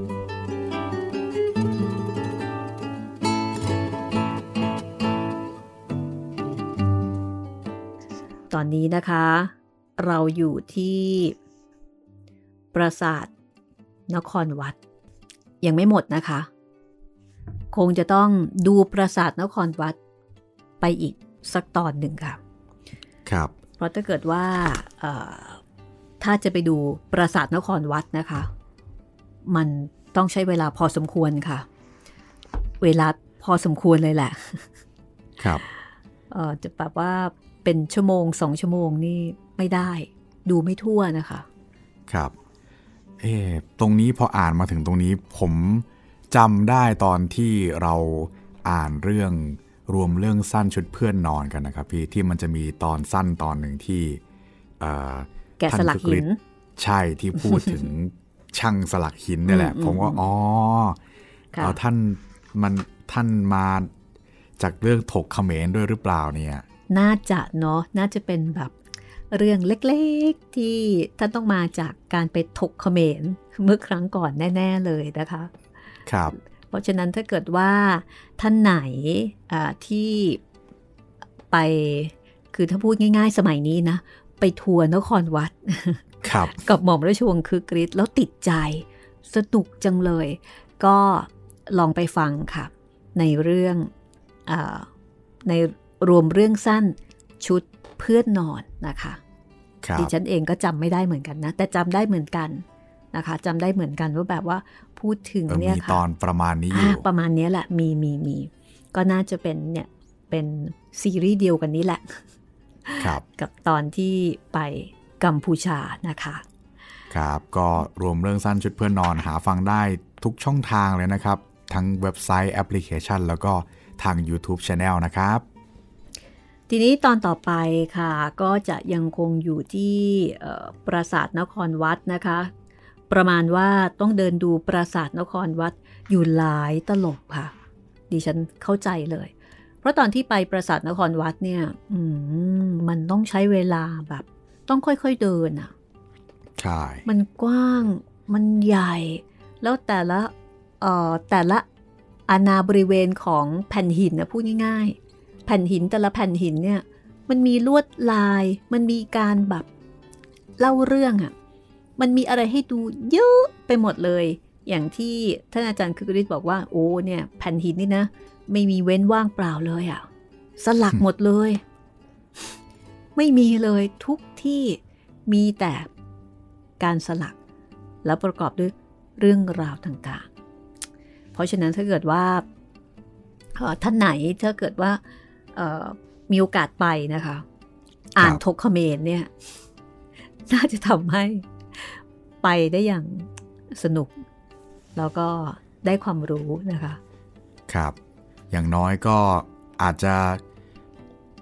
ตอนนี้นะคะเราอยู่ที่ปราสาทนครวัดยังไม่หมดนะคะคงจะต้องดูปราสาทนครวัดไปอีกสักตอนหนึ่งค่ะครับเพราะถ้าเกิดว่าถ้าจะไปดูปราสาทนครวัดนะคะมันต้องใช้เวลาพอสมควรค่ะเวลาพอสมควรเลยแหละครับจะแบบว่าเป็นชั่วโมงสองชั่วโมงนี่ไม่ได้ดูไม่ทั่วนะคะครับเอ๊ะตรงนี้พออ่านมาถึงตรงนี้ผมจำได้ตอนที่เราอ่านเรื่องรวมเรื่องสั้นชุดเพื่อนนอนกันนะครับพี่ที่มันจะมีตอนสั้นตอนหนึ่งที่แกะสลักหินใช่ที่พูดถึงช่างสลักหินนี่แหละผมว่าอ๋อเอาท่านมันท่านมาจากเรื่องถกเขมรด้วยหรือเปล่าเนี่ยน่าจะเนาะน่าจะเป็นแบบเรื่องเล็กๆที่ท่านต้องมาจากการไปถกเขมรเมื่อครั้งก่อนแน่ๆเลยนะคะครับเพราะฉะนั้นถ้าเกิดว่าท่านไหนที่ไปคือถ้าพูดง่ายๆสมัยนี้นะไปทัวร์นครวัด กับหม่อมราชวงศ์คือกฤษแล้วติดใจสนุกจังเลยก็ลองไปฟังค่ะในเรื่องอในรวมเรื่องสั้นชุดเพื่อนนอนนะคะดิฉันเองก็จำไม่ได้เหมือนกันนะแต่จำได้เหมือนกันนะคะจำได้เหมือนกันว่าแบบว่าพูดถึงเนี่ยค่ะมีตอนประมาณนี้อยู่ประมาณนี้แหละมีมีมีก็น่าจะเป็นเนี่ยเป็นซีรีส์เดียวกันนี้แหละกับตอนที่ไปกัมพูชานะคะครับก็รวมเรื่องสั้นชุดเพื่อนนอนหาฟังได้ทุกช่องทางเลยนะครับทั้งเว็บไซต์แอปพลิเคชันแล้วก็ทาง YouTube Channel นะครับทีนี้ตอนต่อไปค่ะก็จะยังคงอยู่ที่ปราสาทนครวัดนะคะประมาณว่าต้องเดินดูปราสาทนครวัดอยู่หลายตลบค่ะดิฉันเข้าใจเลยเพราะตอนที่ไปปราสาทนครวัดเนี่ยอืมมันต้องใช้เวลาแบบต้องค่อยๆเดินอ่ะใช่มันกว้างมันใหญ่แล้วแต่ละเอ่อแต่ละอาณาบริเวณของแผ่นหินนะพูดง่ายๆแผ่นหินแต่ละแผ่นหินเนี่ยมันมีลวดลายมันมีการแบบเล่าเรื่องอ่ะมันมีอะไรให้ดูเยอะไปหมดเลยอย่างที่ท่านอาจารย์คือกฤษบอกว่าโอ้เนี่ยแผ่นหินนี่นะไม่มีเว้นว่างเปล่าเลยอ่ะสลักหมดเลยไม่มีเลยทุกที่มีแต่การสลักแล้วประกอบด้วยเรื่องราวต่างๆเพราะฉะนั้นถ้าเกิดว่าท่านไหนถ้าเกิดว่ามีโอกาสไปนะคะอ่านถกเขมรเนี่ยน่าจะทำให้ไปได้อย่างสนุกแล้วก็ได้ความรู้นะคะครับอย่างน้อยก็อาจจะ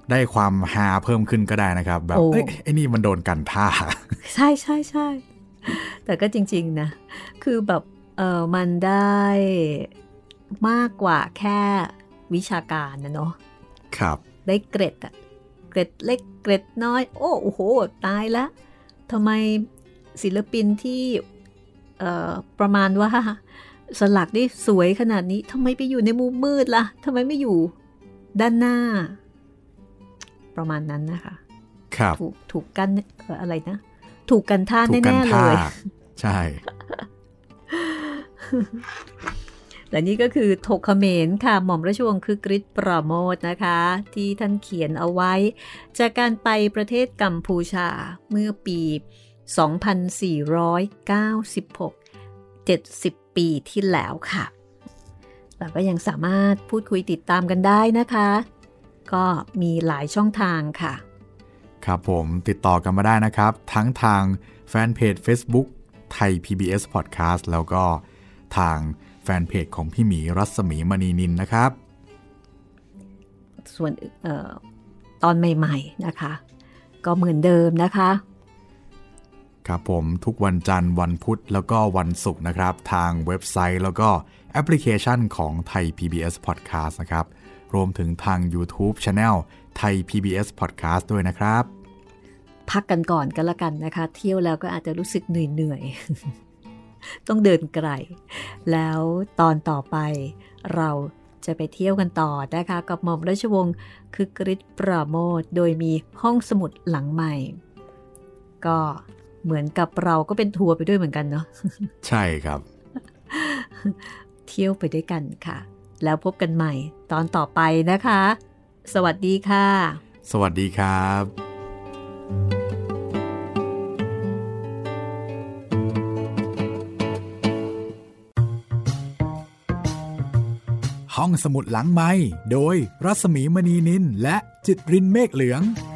ได้ความฮาเพิ่มขึ้นก็ได้นะครับแบบเอ้ยไอ้นี่มันโดนกันท่าใช่ใช่ใช่แต่ก็จริงๆนะคือแบบเออมันได้มากกว่าแค่วิชาการนะเนาะครับได้เกร็ดอะเกร็ดเล็กเกร็ดน้อยโอ้โอ้โหตายละทำไมศิลปินที่เอ่อประมาณว่าสลักได้สวยขนาดนี้ทำไมไปอยู่ในมุมมืดล่ะทำไมไม่อยู่ด้านหน้าประมาณนั้นนะคะครับถูกถูกกันอะไรนะถูกกันท่าแน่ๆเลยใช่และนี่ก็คือถกเขมรค่ะหม่อมราชวงศ์คึกฤทธิ์ปราโมทนะคะที่ท่านเขียนเอาไว้จากการไปประเทศกัมพูชาเมื่อปีสองพันสี่ร้อยเก้าสิบหก เจ็ดสิบปีที่แล้วค่ะแล้วก็ยังสามารถพูดคุยติดตามกันได้นะคะก็มีหลายช่องทางค่ะครับผมติดต่อกันมาได้นะครับทั้งทางแฟนเพจ Facebook ไทย พี บี เอส Podcast แล้วก็ทางแฟนเพจของพี่หมีรัศมีมณีนินนะครับส่วนออตอนใหม่ๆนะคะก็เหมือนเดิมนะคะครับผมทุกวันจันทร์วันพุธแล้วก็วันศุกร์นะครับทางเว็บไซต์แล้วก็แอปพลิเคชันของไทย พี บี เอส Podcast นะครับรวมถึงทาง YouTube Channel ไทย พี บี เอส Podcast ด้วยนะครับพักกันก่อนก็แล้วกันนะคะเที่ยวแล้วก็อาจจะรู้สึกเหนื่อยๆต้องเดินไกลแล้วตอนต่อไปเราจะไปเที่ยวกันต่อนะคะกับหม่อมราชวงศ์คึกฤทธิ์ปราโมทโดยมีห้องสมุดหลังใหม่ก็เหมือนกับเราก็เป็นทัวร์ไปด้วยเหมือนกันเนาะใช่ครับเที่ยวไปด้วยกันค่ะแล้วพบกันใหม่ตอนต่อไปนะคะสวัสดีค่ะสวัสดีครับห้องสมุดหลังไมค์โดยรัศมีมณีนินและจิตรินเมฆเหลือง